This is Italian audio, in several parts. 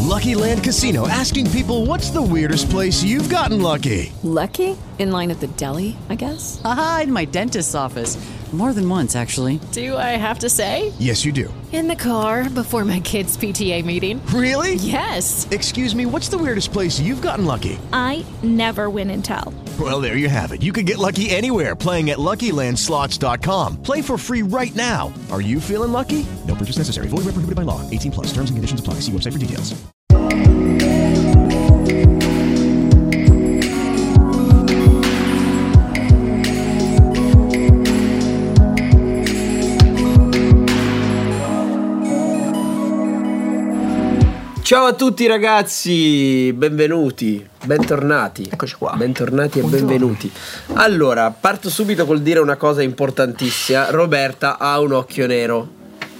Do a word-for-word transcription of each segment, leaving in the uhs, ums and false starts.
Lucky Land Casino, asking people, what's the weirdest place you've gotten lucky? Lucky? In line at the deli, I guess? Aha, in my dentist's office. More than once, actually. Do I have to say? Yes, you do. In the car before my kids' P T A meeting. Really? Yes. Excuse me, what's the weirdest place you've gotten lucky? I never win and tell. Well, there you have it. You can get lucky anywhere, playing at Lucky Land Slots dot com. Play for free right now. Are you feeling lucky? No purchase necessary. Void where prohibited by law. eighteen plus. Terms and conditions apply. See website for details. Ciao a tutti ragazzi, benvenuti, bentornati. Eccoci qua. Bentornati e Buongiorno. benvenuti. Allora, parto subito col dire una cosa importantissima. Roberta ha un occhio nero.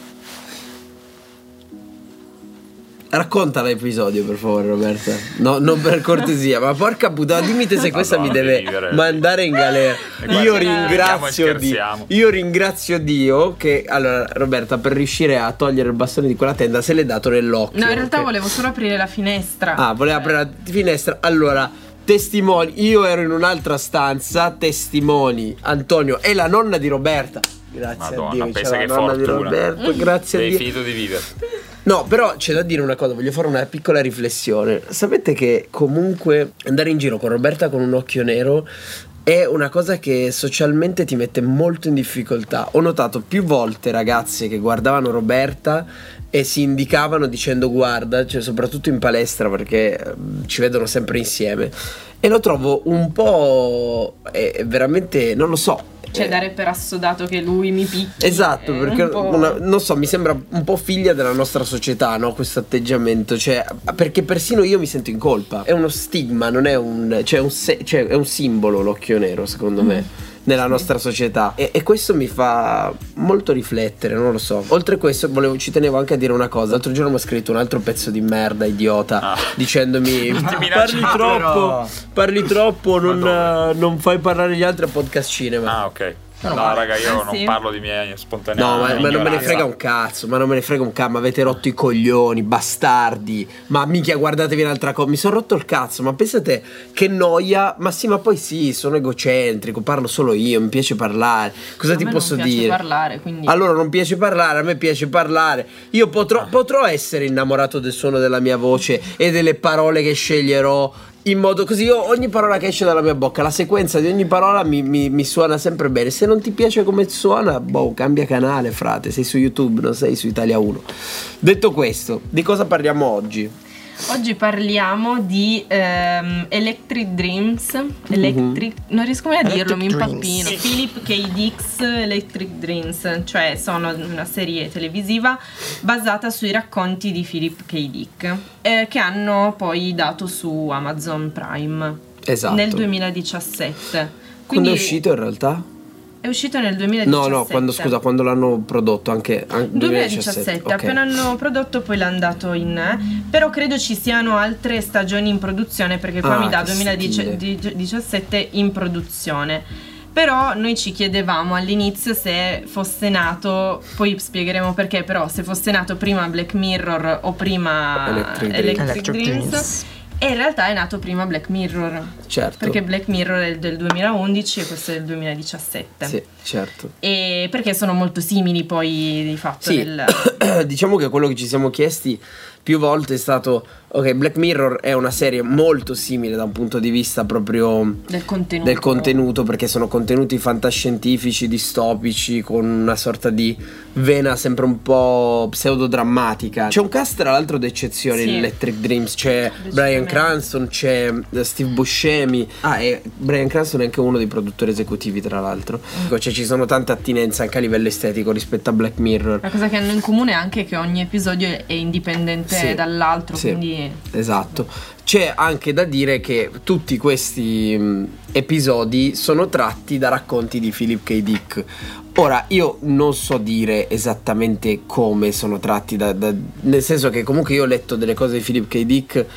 Racconta l'episodio, per favore, Roberta. No, non per cortesia, ma porca puttana, dimmi te se questa Madonna, mi deve vivere. mandare in galera. Io ringrazio Dio. scherziamo. Io ringrazio Dio che, allora, Roberta, per riuscire a togliere il bastone di quella tenda se l'è dato nell'occhio. No, in realtà ok? volevo solo aprire la finestra. Ah, voleva aprire la finestra. Allora, testimoni, io ero in un'altra stanza, testimoni Antonio e la nonna di Roberta. Grazie Madonna, a Dio, pensa c'era che la nonna di fortuna. Roberta, grazie a Sei Dio. finito di vivere. No, però c'è da dire una cosa, voglio fare una piccola riflessione. Sapete che comunque andare in giro con Roberta con un occhio nero è una cosa che socialmente ti mette molto in difficoltà. Ho notato più volte ragazze che guardavano Roberta e si indicavano dicendo guarda, cioè soprattutto in palestra perché eh, ci vedono sempre insieme. E lo trovo un po' è veramente, non lo so. Cioè, eh, dare per assodato che lui mi picchi. Esatto, è perché un po'- una- non so, mi sembra un po' figlia della nostra società, no? Questo atteggiamento, cioè, perché persino io mi sento in colpa. È uno stigma, non è un, cioè, un se- cioè, è un simbolo l'occhio nero, secondo me, nella nostra società. E, e questo mi fa molto riflettere, non lo so. Oltre a questo, volevo, ci tenevo anche a dire una cosa. L'altro giorno mi ha scritto un altro pezzo di merda, idiota, Ah. dicendomi parli minacciato, troppo, però. parli troppo, non, Ma eh, non fai parlare gli altri a podcast cinema. Ah, ok. No, No, no, raga, io ah, non sì? parlo di miei spontanei. No, ma, ma non me ne ignoranza. frega un cazzo, ma non me ne frega un cazzo, ma avete rotto i coglioni, bastardi. Ma minchia, guardatevi un'altra cosa, mi sono rotto il cazzo, ma pensate che noia. Ma sì, ma poi sì, sono egocentrico, parlo solo io, mi piace parlare. Cosa A ti me posso non piace dire? parlare, quindi Allora non piace parlare, a me piace parlare. Io potrò, potrò essere innamorato del suono della mia voce e delle parole che sceglierò. In modo così, io ogni parola che esce dalla mia bocca, la sequenza di ogni parola mi, mi, mi suona sempre bene. Se non ti piace come suona, boh, cambia canale, frate. Sei su YouTube, non sei su Italia uno. Detto questo, di cosa parliamo oggi? oggi parliamo di ehm, Electric Dreams. Electric, non riesco mai a dirlo, mi Electric impappino. Dreams. Philip K. Dick's Electric Dreams, cioè sono una serie televisiva basata sui racconti di Philip K. Dick, eh, che hanno poi dato su Amazon Prime Esatto. nel duemiladiciassette. Quando Quindi è uscito in realtà? È uscito nel duemiladiciassette. No, no, quando scusa, quando l'hanno prodotto anche, anche duemiladiciassette, ok. appena hanno prodotto poi l'hanno dato in, però credo ci siano altre stagioni in produzione, perché qua Ah, mi dà che duemiladiciassette in produzione. Però noi ci chiedevamo all'inizio se fosse nato, poi spiegheremo perché, però se fosse nato prima Black Mirror o prima Electric Dreams. Electric, Electric Dreams. Dreams. E in realtà è nato prima Black Mirror, Certo. perché Black Mirror è del duemilaundici e questo è del duemiladiciassette. Sì, certo. E perché sono molto simili poi di fatto Sì, nel... diciamo che quello che ci siamo chiesti più volte è stato ok, Black Mirror è una serie molto simile da un punto di vista proprio del contenuto. del contenuto, perché sono contenuti fantascientifici, distopici, con una sorta di vena sempre un po' pseudodrammatica. C'è un cast tra l'altro d'eccezione Sì. in Electric Dreams, c'è Bryan Cranston, c'è Steve Buscemi. Ah, e Bryan Cranston è anche uno dei produttori esecutivi, tra l'altro. Cioè ci sono tante attinenze anche a livello estetico rispetto a Black Mirror. La cosa che hanno in comune è anche che ogni episodio è indipendente Sì, dall'altro, sì, quindi esatto. C'è anche da dire che tutti questi mh, episodi sono tratti da racconti di Philip K. Dick. Ora, io non so dire esattamente come sono tratti da, da- nel senso che comunque io ho letto delle cose di Philip K. Dick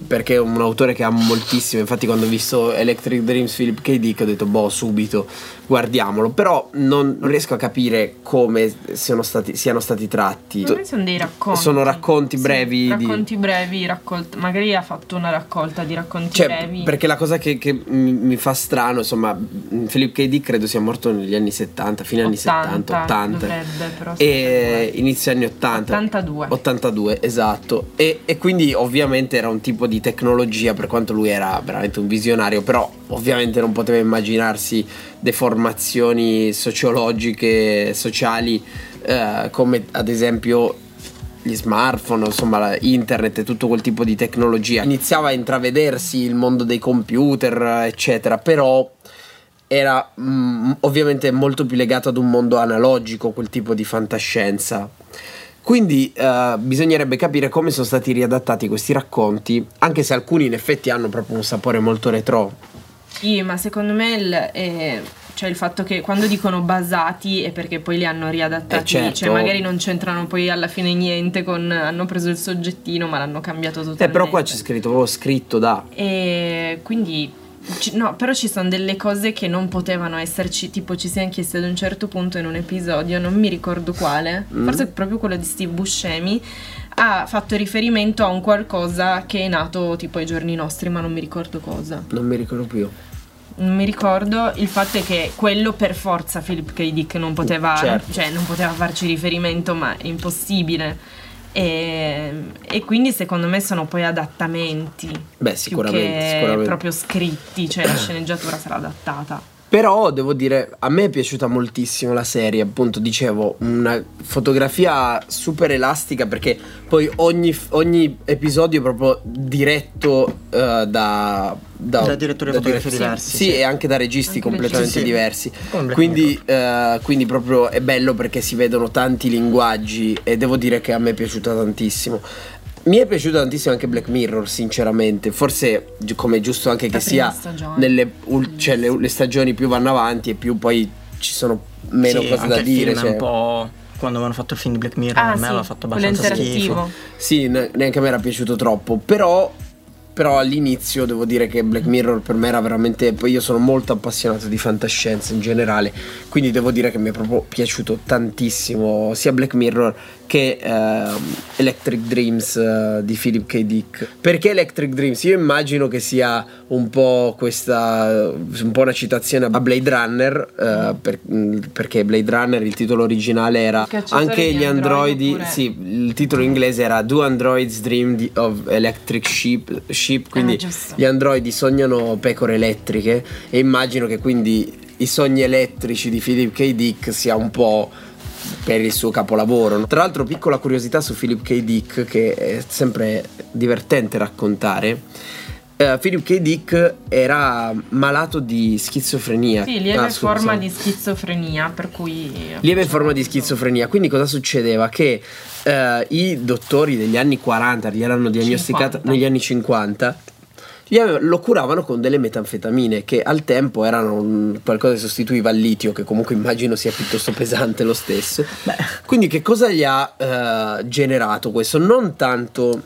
perché è un autore che amo moltissimo. Infatti quando ho visto Electric Dreams Philip K. Dick ho detto boh, subito guardiamolo, però non, non riesco a capire come siano stati, siano stati tratti. Per me sono dei racconti. Sono racconti brevi. Sì, di... racconti brevi, raccolta. Magari ha fatto una raccolta di racconti cioè, brevi. Perché la cosa che, che mi, mi fa strano, insomma, Philip K. Dick credo sia morto negli anni settanta, fine anni settanta, ottanta. Dovrebbe, però e inizio anni ottanta. ottantadue. ottantadue, esatto. E, e quindi ovviamente era un tipo di tecnologia, per quanto lui era veramente un visionario, però ovviamente non poteva immaginarsi deformazioni sociologiche, sociali, eh, come ad esempio gli smartphone, insomma internet e tutto quel tipo di tecnologia. Iniziava a intravedersi il mondo dei computer, eccetera, però era mh, ovviamente molto più legato ad un mondo analogico, quel tipo di fantascienza. Quindi uh, bisognerebbe capire come sono stati riadattati questi racconti, anche se alcuni in effetti hanno proprio un sapore molto retro. Sì, ma secondo me il, eh, cioè il fatto che quando dicono basati è perché poi li hanno riadattati, eh certo. Cioè magari non c'entrano poi alla fine niente con, hanno preso il soggettino ma l'hanno cambiato totalmente. Eh, però qua c'è scritto, proprio scritto da. E quindi no, però ci sono delle cose che non potevano esserci, tipo ci siamo chiesti ad un certo punto in un episodio, non mi ricordo quale, mm. forse proprio quello di Steve Buscemi, ha fatto riferimento a un qualcosa che è nato tipo ai giorni nostri, ma non mi ricordo cosa. Non mi ricordo più. Non mi ricordo, il fatto è che quello per forza Philip K. Dick non poteva, certo. cioè non poteva farci riferimento, ma è impossibile. E, e quindi secondo me sono poi adattamenti. Beh, sicuramente, più che sicuramente. proprio scritti, cioè la sceneggiatura sarà adattata. Però devo dire, a me è piaciuta moltissimo la serie, appunto dicevo, una fotografia super elastica, perché poi ogni, ogni episodio è proprio diretto uh, da, da, da direttori da fotografi dire- diversi. Sì, Sì, e anche da registi Anche completamente registi, sì. diversi. Come Black Quindi, uh, quindi proprio è bello perché si vedono tanti linguaggi e devo dire che a me è piaciuta tantissimo. Mi è piaciuto tantissimo anche Black Mirror, sinceramente. Forse, gi- come è giusto anche La che prima sia stagione. nelle ul- cioè le, le stagioni più vanno avanti e più poi ci sono meno Sì, cose anche da il dire. film è cioè. un po'... Quando avevano fatto il film di Black Mirror, Ah a me sì, aveva fatto quello abbastanza interattivo. schifo. Sì, ne- neanche a me era piaciuto troppo. Però Però all'inizio devo dire che Black Mirror per me era veramente... Poi io sono molto appassionato di fantascienza in generale, quindi devo dire che mi è proprio piaciuto tantissimo sia Black Mirror che uh, Electric Dreams uh, di Philip K. Dick. Perché Electric Dreams? Io immagino che sia un po' questa, un po' una citazione a Blade Runner, uh, per, perché Blade Runner, il titolo originale era anche gli androidi, oppure... sì, il titolo inglese era Do Androids Dream of Electric Sheep, sheep quindi ah, gli androidi sognano pecore elettriche, e immagino che quindi i sogni elettrici di Philip K. Dick sia un po' per il suo capolavoro. Tra l'altro, piccola curiosità su Philip K. Dick che è sempre divertente raccontare. Uh, Philip K. Dick era malato di schizofrenia. Sì, lieve ah, scusa, forma so. di schizofrenia, per cui lieve forma di schizofrenia. Quindi cosa succedeva? Che uh, i dottori degli anni quaranta gliel'hanno diagnosticata cinquanta. negli anni cinquanta. Gli ave- lo curavano con delle metanfetamine che al tempo erano un, qualcosa che sostituiva il litio, che comunque immagino sia piuttosto pesante lo stesso. Beh. Quindi che cosa gli ha uh, generato questo? Non tanto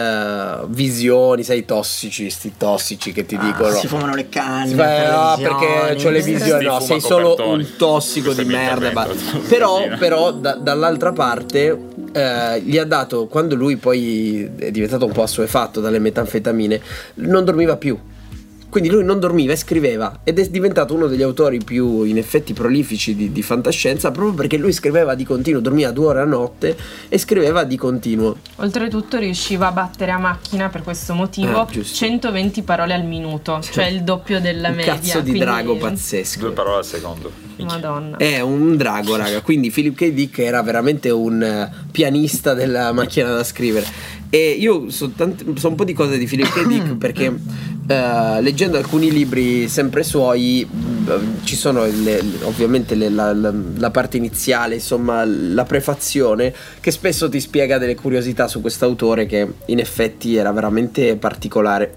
uh, visioni, sai, tossici, sti tossici che ti Ah, dicono si fumano le canne, si fa, le no, perché visioni. c'ho le Sì, visioni, sì, no, fuma sei solo copertoni. un tossico di merda. ma- Semplicemente, Però, cosina. però da- dall'altra parte eh, gli ha dato, quando lui poi è diventato un po' assuefatto dalle metanfetamine, non dormiva più. Quindi lui non dormiva e scriveva, ed è diventato uno degli autori più in effetti prolifici di, di fantascienza, proprio perché lui scriveva di continuo, dormiva due ore a notte e scriveva di continuo. oltretutto riusciva a battere a macchina per questo motivo Ah, giusto. centoventi parole al minuto, cioè il doppio della Un media. cazzo di quindi- drago pazzesco. Due parole al secondo. Madonna. È un drago, raga. Quindi Philip K. Dick era veramente un eh, pianista della macchina da scrivere. E io so, tante, so un po' di cose di Philip K. Dick perché eh, leggendo alcuni libri sempre suoi mh, ci sono le- le- ovviamente le- la, la- la parte iniziale, insomma la prefazione, che spesso ti spiega delle curiosità su quest'autore che in effetti era veramente particolare.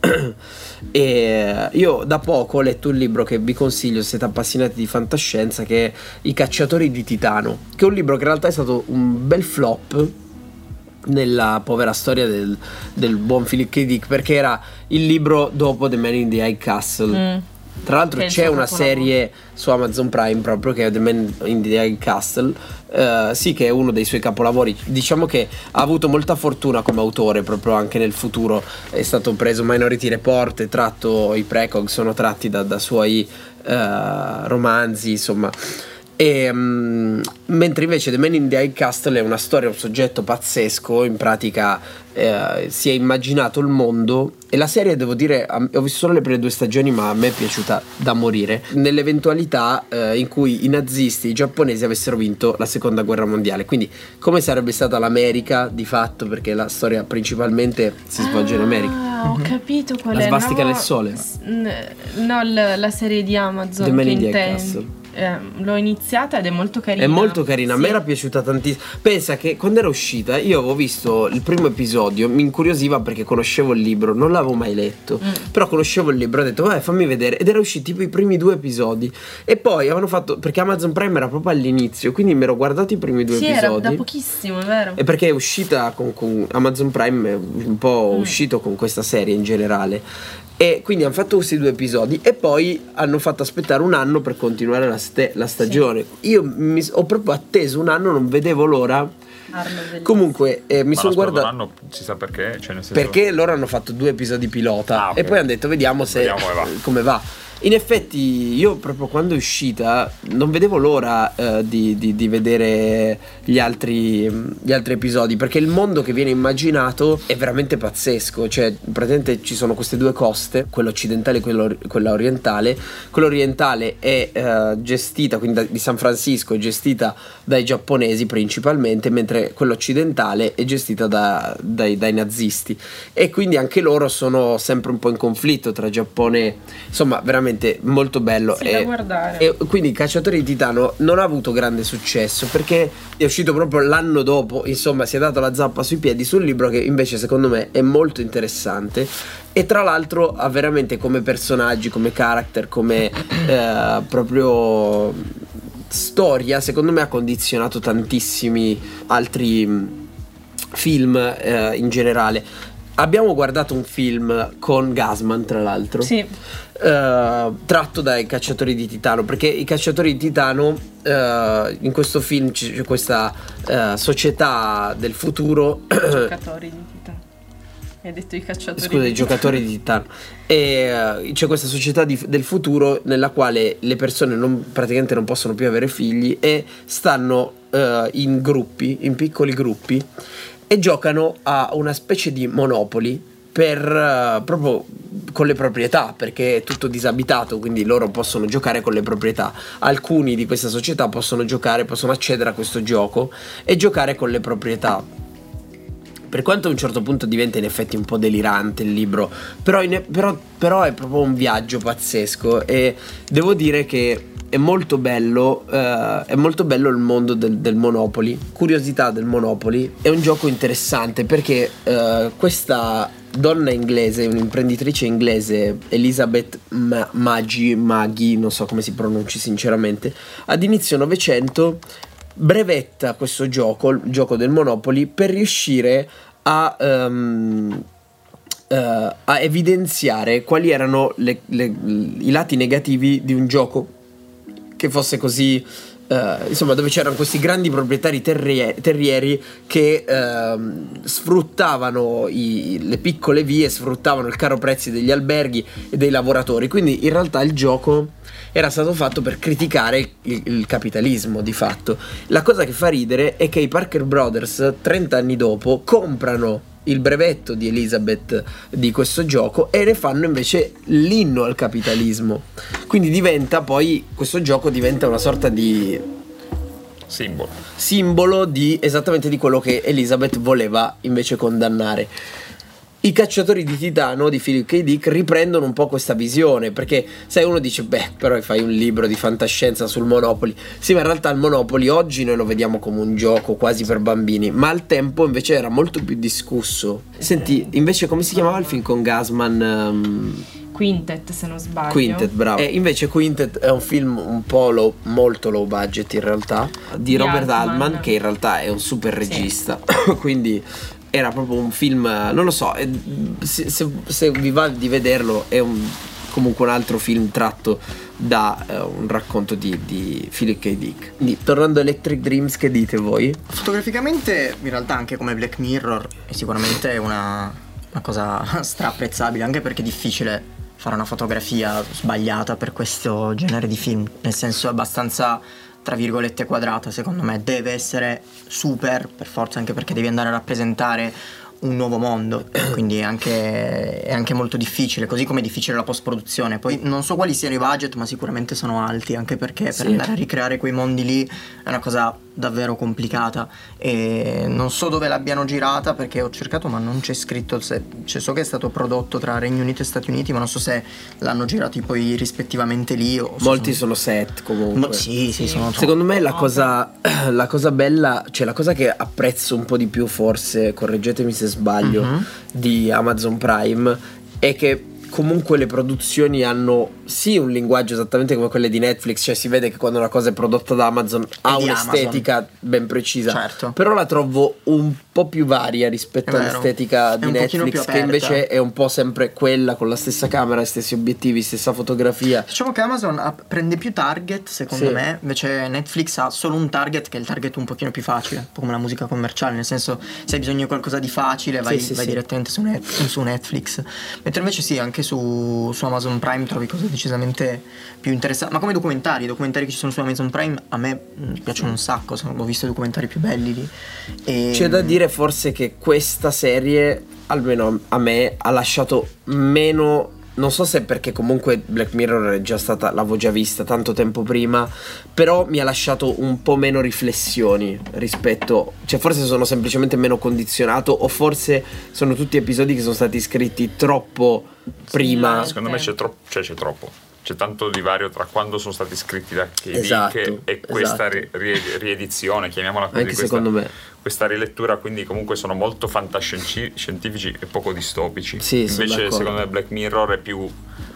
E io da poco ho letto un libro che vi consiglio se siete appassionati di fantascienza, che è I cacciatori di Titano, che è un libro che in realtà è stato un bel flop, nella povera storia del, del buon Philip K. Dick, perché era il libro dopo The Man in the High Castle. Mm. Tra l'altro che c'è una serie su Amazon Prime proprio che è The Man in the High Castle, uh, sì, che è uno dei suoi capolavori. Diciamo che ha avuto molta fortuna come autore, proprio anche nel futuro è stato preso Minority Report, è tratto, i precog sono tratti da, da suoi uh, romanzi, insomma. E, um, mentre invece The Man in the High Castle è una storia, un soggetto pazzesco, in pratica eh, si è immaginato il mondo, e la serie, devo dire, ho visto solo le prime due stagioni ma a me è piaciuta da morire, nell'eventualità eh, in cui i nazisti, i giapponesi avessero vinto la seconda guerra mondiale, quindi come sarebbe stata l'America di fatto, perché la storia principalmente si svolge ah, in America. Ho capito qual la è. svastica no, nel sole. No, la, la serie di Amazon The Man che in the High intendo. Castle. Eh, l'ho iniziata ed è molto carina. È molto carina, sì. A me era piaciuta tantissimo. Pensa che quando era uscita io avevo visto il primo episodio, mi incuriosiva perché conoscevo il libro, non l'avevo mai letto, mm. però conoscevo il libro, ho detto vai, fammi vedere, ed era uscito tipo i primi due episodi, e poi avevano fatto, perché Amazon Prime era proprio all'inizio, quindi mi ero guardato i primi due sì, episodi. Sì, era da pochissimo, è vero. E perché è uscita con, con Amazon Prime, è un po' mm. uscito con questa serie in generale. E quindi hanno fatto questi due episodi e poi hanno fatto aspettare un anno per continuare la, ste- la stagione. Sì. Io mi, ho proprio atteso un anno, non vedevo l'ora. Comunque eh, mi sono guardato. Un anno si sa perché? Cioè, nel senso... Perché loro hanno fatto due episodi pilota, ah, okay. E poi hanno detto vediamo se vediamo come va. come va. In effetti io proprio quando è uscita non vedevo l'ora eh, di, di, di vedere gli altri, gli altri episodi, perché il mondo che viene immaginato è veramente pazzesco. Cioè praticamente ci sono queste due coste, quella occidentale e quello, quella orientale. Quella orientale è eh, gestita, quindi da, di San Francisco, è gestita dai giapponesi principalmente, mentre quella occidentale è gestita da, dai, dai nazisti, e quindi anche loro sono sempre un po' in conflitto tra Giappone, insomma veramente molto bello. Sì, e, da guardare. E quindi Cacciatori di Titano non ha avuto grande successo perché è uscito proprio l'anno dopo, insomma si è dato la zappa sui piedi su un libro che invece secondo me è molto interessante, e tra l'altro ha veramente come personaggi, come character, come eh, proprio storia, secondo me ha condizionato tantissimi altri film eh, in generale. Abbiamo guardato un film con Gasman, tra l'altro, sì. uh, tratto dai Cacciatori di Titano, perché i Cacciatori di Titano, uh, in questo film c'è questa uh, società del futuro. Giocatori di Titano. Hai detto i cacciatori. Scusa, di i giocatori di Titano. E uh, c'è questa società di, del futuro nella quale le persone non, praticamente non possono più avere figli e stanno uh, in gruppi, in piccoli gruppi, e giocano a una specie di Monopoli per uh, proprio con le proprietà, perché è tutto disabitato, quindi loro possono giocare con le proprietà. Alcuni di questa società possono giocare, possono accedere a questo gioco e giocare con le proprietà. Per quanto a un certo punto diventa in effetti un po' delirante il libro, però, in, però, però è proprio un viaggio pazzesco, e devo dire che è molto bello, uh, è molto bello il mondo del, del Monopoly. Curiosità del Monopoly, è un gioco interessante perché uh, questa donna inglese, un'imprenditrice inglese, Elizabeth Ma- Maggi, Maggi, non so come si pronunci sinceramente, ad inizio Novecento brevetta questo gioco, il gioco del Monopoly, per riuscire a... Um, Uh, a evidenziare quali erano le, le, i lati negativi di un gioco che fosse così, uh, insomma, dove c'erano questi grandi proprietari terrie, terrieri che uh, sfruttavano i, le piccole vie, sfruttavano il caro prezzi degli alberghi e dei lavoratori. Quindi in realtà il gioco era stato fatto per criticare il, il capitalismo di fatto. La cosa che fa ridere è che i Parker Brothers trenta anni dopo comprano il brevetto di Elizabeth di questo gioco e ne fanno invece l'inno al capitalismo. Quindi diventa poi, questo gioco diventa una sorta di simbolo simbolo di esattamente di quello che Elizabeth voleva invece condannare. I Cacciatori di Titano di Philip K. Dick riprendono un po' questa visione, perché sai, uno dice beh, però fai un libro di fantascienza sul Monopoly. Sì, ma in realtà il Monopoly oggi noi lo vediamo come un gioco quasi per bambini, ma al tempo invece era molto più discusso. Senti, invece come si chiamava il film con Gasman? Um... Quintet, se non sbaglio. Quintet, bravo. E invece Quintet è un film un po' low, molto low budget in realtà, di, Di Robert Altman. Altman, che in realtà è un super regista. Quindi era proprio un film, non lo so, è- se, se- se vi va di vederlo è un, comunque un altro film tratto da eh, un racconto di, di Philip K. Dick. Quindi tornando a Electric Dreams, che dite voi? Fotograficamente in realtà anche come Black Mirror è sicuramente una, una cosa straapprezzabile, anche perché è difficile fare una fotografia sbagliata per questo genere di film, nel senso è abbastanza tra virgolette quadrata, secondo me deve essere super per forza, anche perché devi andare a rappresentare un nuovo mondo, quindi è anche, è anche molto difficile, così come è difficile la post-produzione. Poi non so quali siano i budget, ma sicuramente sono alti, anche perché per Sì. andare a ricreare quei mondi lì è una cosa davvero complicata, e non so dove l'abbiano girata perché ho cercato ma non c'è scritto se, cioè, so che è stato prodotto tra Regno Unito e Stati Uniti, ma non so se l'hanno girati poi rispettivamente lì o se Molti sono set comunque. Mo- sì, sì, sono Secondo me la cosa, la cosa bella, cioè la cosa che apprezzo un po' di più, forse, correggetemi se sbaglio, Mhm. di Amazon Prime è che comunque le produzioni hanno sì un linguaggio esattamente come quelle di Netflix, cioè si vede che quando una cosa è prodotta da Amazon ha di un'estetica ben precisa, Certo. però la trovo un po' più varia rispetto È vero. all'estetica È di un pochino più Netflix, che aperta. invece è un po' sempre quella, con la stessa camera, stessi obiettivi, stessa fotografia. Diciamo che Amazon ha- prende più target, secondo Sì. me, invece Netflix ha solo un target che è il target un pochino più facile, un po' come la musica commerciale, nel senso se hai bisogno di qualcosa di facile vai, Sì, sì, vai sì. direttamente su, Net- su Netflix, mentre invece sì, anche su, su Amazon Prime trovi cose decisamente più interessanti, ma come documentari, i documentari che ci sono su Amazon Prime a me mh, piacciono un sacco, sono- ho visto documentari più belli lì. E, C'è da dire forse che questa serie, almeno a me, ha lasciato meno. Non so se perché comunque Black Mirror è già stata, l'avevo già vista tanto tempo prima, però mi ha lasciato un po' meno riflessioni rispetto, cioè forse sono semplicemente meno condizionato, o forse sono tutti episodi che sono stati scritti troppo prima. Secondo me c'è troppo, cioè c'è troppo. C'è tanto divario tra quando sono stati scritti da K. Esatto, Dick e questa esatto. ri- ri- riedizione, chiamiamola così, Anche questa, secondo me. questa rilettura, quindi comunque sono molto fantascientifici e poco distopici. Sì, sono Invece d'accordo. secondo me Black Mirror è più,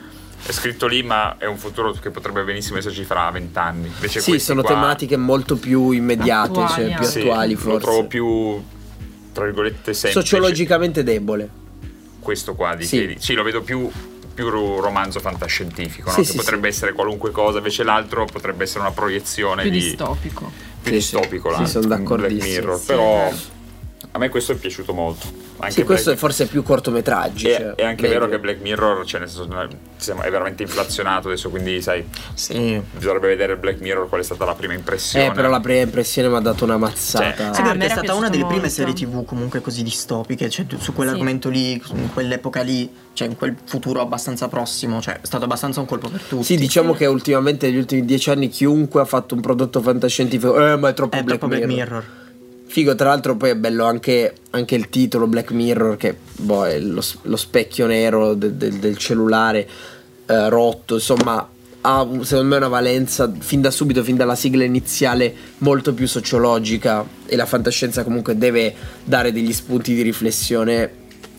è scritto lì, ma è un futuro che potrebbe benissimo esserci fra vent'anni. Invece Sì, questi sono qua, tematiche molto più immediate, Attuali, cioè più anche. sì, attuali lo forse. trovo più, tra virgolette, semplice. Sociologicamente debole. Questo qua di Sì. K. Dick. Sì, lo vedo più più ro- romanzo fantascientifico, no? Sì, Che sì, potrebbe sì. essere qualunque cosa, invece l'altro potrebbe essere una proiezione Più di distopico. più Sì, distopico, sì, là, sono Black d'accordissimo. Mirror, Sì, però è vero. a me questo è piaciuto molto. Anche Sì, questo è Black- forse più cortometraggi. è, cioè, è anche meglio. vero che Black Mirror, cioè nel senso, noi siamo- è veramente inflazionato adesso, quindi sai, sì. bisognerebbe vedere Black Mirror qual è stata la prima impressione. Eh, però la prima impressione mi ha dato una mazzata. Cioè, Sì, Ah, a me perché è era stata una piaciuto delle prime molto. serie tv comunque così distopiche, cioè su quell'argomento lì, in quell'epoca lì, cioè in quel futuro abbastanza prossimo, cioè è stato abbastanza un colpo per tutti. Sì, diciamo che ultimamente negli ultimi dieci anni chiunque ha fatto un prodotto fantascientifico, eh, ma è troppo è Black troppo Black Mirror. Mirror. Figo, tra l'altro poi è bello anche, anche il titolo Black Mirror, che boh, è lo, lo specchio nero de- de- del cellulare eh, rotto, insomma ha un- secondo me una valenza fin da subito, fin dalla sigla iniziale, molto più sociologica, e la fantascienza comunque deve dare degli spunti di riflessione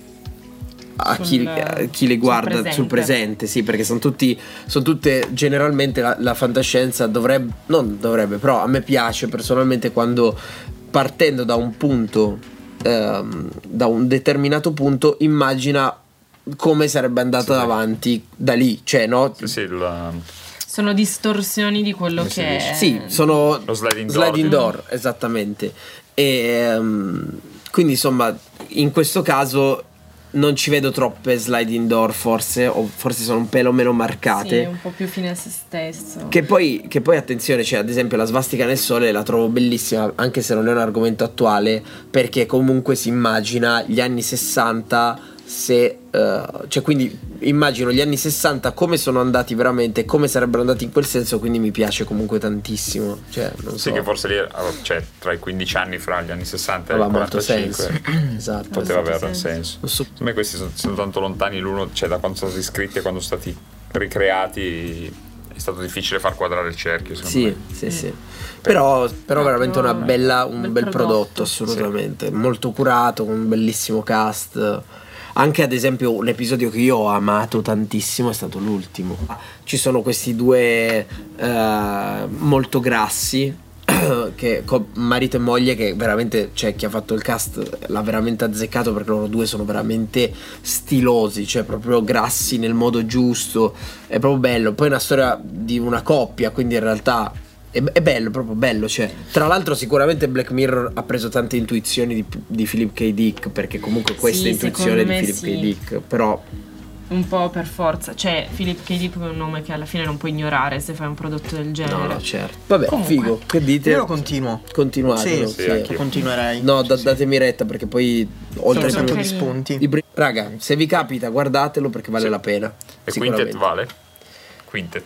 a Sul- chi, a chi le sul guarda sul presente. presente, sì, perché sono tutti, sono tutte generalmente la, la fantascienza dovrebbe, non dovrebbe, però a me piace personalmente quando, partendo da un punto, ehm, da un determinato punto, immagina come sarebbe andata Sì, sì. avanti da lì, cioè no? Sì, sì, il- Sono distorsioni di quello Come si che dice? è. Sì, sono Lo sliding door. sliding door, esattamente. E ehm, quindi insomma, in questo caso non ci vedo troppe sliding door, forse, o forse sono un pelo meno marcate. Sì, un po' più fine a se stesso. Che poi, che poi attenzione, cioè ad esempio la svastica nel sole la trovo bellissima, anche se non è un argomento attuale, perché comunque si immagina gli anni sessanta, se eh, cioè quindi immagino gli anni sessanta come sono andati veramente, come sarebbero andati in quel senso, quindi mi piace comunque tantissimo, cioè non sì, so, che forse lì, allora, cioè, tra i quindici anni fra gli anni sessanta e aveva i molto quarantacinque senso. Esatto. poteva Molto avere senso. senso. Non so- Secondo me questi sono, sono tanto lontani l'uno, cioè da quando sono stati scritti e quando sono stati ricreati è stato difficile far quadrare il cerchio, secondo Sì, me. sì, sì. Però, però No, veramente però una bella, un bel bel prodotto, prodotto. assolutamente. Molto curato, con un bellissimo cast. Anche ad esempio un episodio che io ho amato tantissimo è stato l'ultimo. Ci sono questi due uh, molto grassi che marito e moglie, che veramente, cioè, chi ha fatto il cast l'ha veramente azzeccato, perché loro due sono veramente stilosi, cioè proprio grassi nel modo giusto, è proprio bello. Poi è una storia di una coppia, quindi in realtà è, è bello, proprio bello, cioè. Tra l'altro sicuramente Black Mirror ha preso tante intuizioni di, di Philip K. Dick, perché comunque questa sì, è intuizione di Philip sì. K. Dick, però un po' per forza, cioè Philip K. Dick è un nome che alla fine non puoi ignorare se fai un prodotto del genere. no, no, certo. Vabbè, Comunque, figo, che dite? Io lo continuo. Continuatelo. Sì, sì, anch'io. continuerei. No, da- datemi retta, perché poi oltre Sono un a sacco di carini. spunti. I bri- Raga, se vi capita, guardatelo perché vale Sì. la pena. E sicuramente. Quintet vale? Quintet.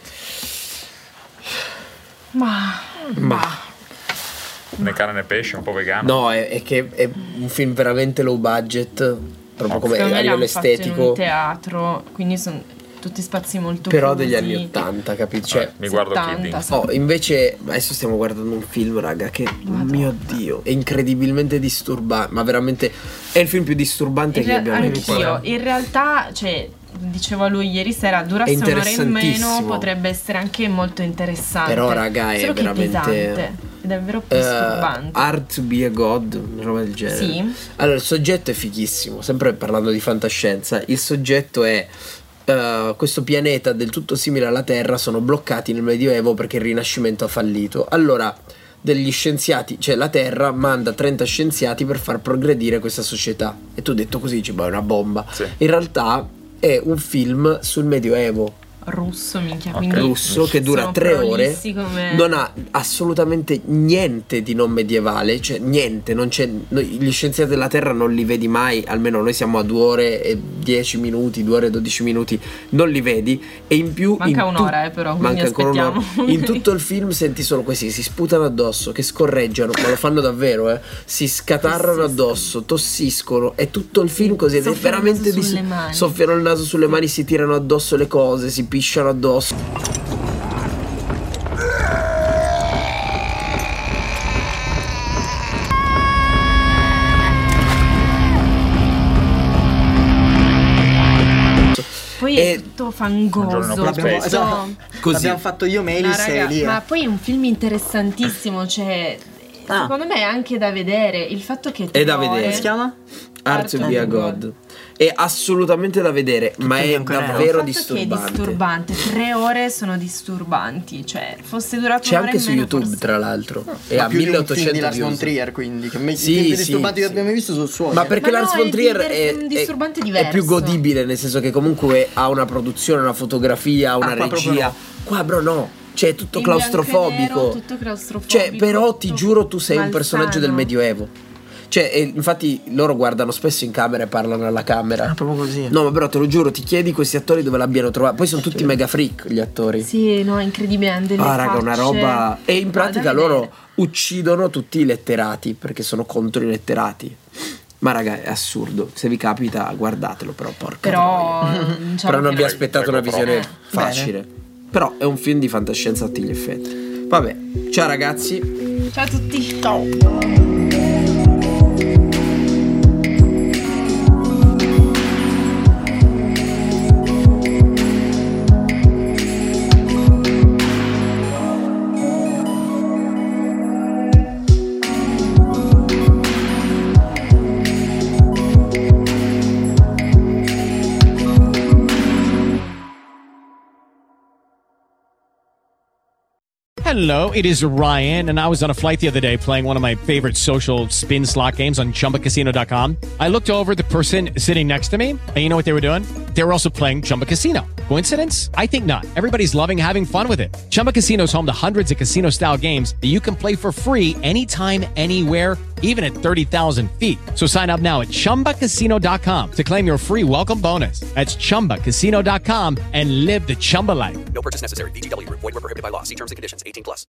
Ma Ma Né carne né pesce, un po' vegano. no, è, è che è un film veramente low budget, proprio come secondo a me livello l'hanno fatto in estetico, un teatro, quindi sono tutti spazi molto però chiusi. degli anni ottanta, capito? Cioè, Vabbè, mi guardo settanta, Kidding. sì. oh, invece adesso stiamo guardando un film, raga, che mio Dio, è incredibilmente disturbante, ma veramente è il film più disturbante In che rea- abbiamo visto. anch'io, in realtà, cioè, dicevo a lui ieri sera, durasse È un'ora in meno, interessantissimo. potrebbe essere anche molto interessante. Però, raga, è Solo che veramente- pesante ed è davvero più Eh, disturbante. Art to be a God, una roba del genere. Sì. Allora, il soggetto è fighissimo, sempre parlando di fantascienza. Il soggetto è eh, questo pianeta del tutto simile alla Terra, sono bloccati nel Medioevo perché il Rinascimento ha fallito. Allora, degli scienziati, cioè la Terra manda trenta scienziati per far progredire questa società. E tu detto così dici, boh, è una bomba. Sì. In realtà è un film sul Medioevo Russo, minchia, Ok. quindi russo che dura sono tre ore, prolissi come- non ha assolutamente niente di non medievale, cioè niente, non c'è, noi- gli scienziati della Terra non li vedi mai, almeno noi siamo a due ore e dieci minuti, due ore e dodici minuti, non li vedi, e in più Manca in un'ora, eh, però, quindi manca ancora un'ora. aspettiamo. In tutto il film senti solo questi, si sputano addosso, che scorreggiano, ma lo fanno davvero, eh, si scatarrano addosso, tossiscono, è tutto il film così, ed è Soffiano il veramente naso di sulle mani. soffiano il naso sulle mani, si tirano addosso le cose, si pisciano addosso. Poi E- è tutto Un fangoso. giorno per L'abbiamo, Space. esatto. Così. L'abbiamo fatto io, No, Melis raga, e Elia. ma poi è un film interessantissimo, cioè Ah. secondo me è anche da vedere il fatto che È da tre vedere. ore- Come si chiama? Art to be a God. È assolutamente da vedere, ma quindi è ancora è? davvero il fatto che è disturbante. disturbante, tre ore sono disturbanti, cioè fosse durato C'è un'ora anche in su meno, YouTube, forse- tra l'altro. E Ma a più di un film di milleottocento Lars von views. Trier, quindi che me- Sì, i film più sì, disturbanti sì. che abbiamo visto sono suoi. Ma perché Ma Lars no, von è Trier diver- è, un è- disturbante è diverso. più godibile, nel senso che comunque ha una produzione, una fotografia, una Ah, qua proprio regia. no. Qua bro no, cioè è tutto In bianco e claustrofobico. nero, tutto claustrofobico, Cioè, però ti tutto giuro, tu sei un malsano. personaggio del Medioevo. Cioè, e infatti loro guardano spesso in camera e parlano alla camera. Ah, proprio così. No, ma però te lo giuro, ti chiedi questi attori dove l'abbiano trovato. Poi sono tutti mega freak gli attori. Sì, no, è incredibile, hanno delle Ah, raga, una facce. roba. E in No, pratica da loro vedere. uccidono tutti i letterati perché sono contro i letterati. Ma raga, è assurdo. Se vi capita, guardatelo, però porca Però, troia. diciamo Però non che- vi aspettate una Prego, visione prego. facile. Però è un film di fantascienza a tutti gli effetti. Vabbè, ciao ragazzi. Ciao a tutti. Ciao. Hello, it is Ryan, and I was on a flight the other day playing one of my favorite social spin slot games on Chumba Casino dot com. I looked over at the person sitting next to me, and you know what they were doing? They were also playing Chumba Casino. Coincidence? I think not. Everybody's loving having fun with it. Chumba Casino is home to hundreds of casino-style games that you can play for free anytime, anywhere, even at thirty thousand feet. So sign up now at Chumba Casino dot com to claim your free welcome bonus. That's Chumba Casino dot com and live the Chumba life. No purchase necessary. V G W. Void where prohibited by law. See terms and conditions. eighteen plus.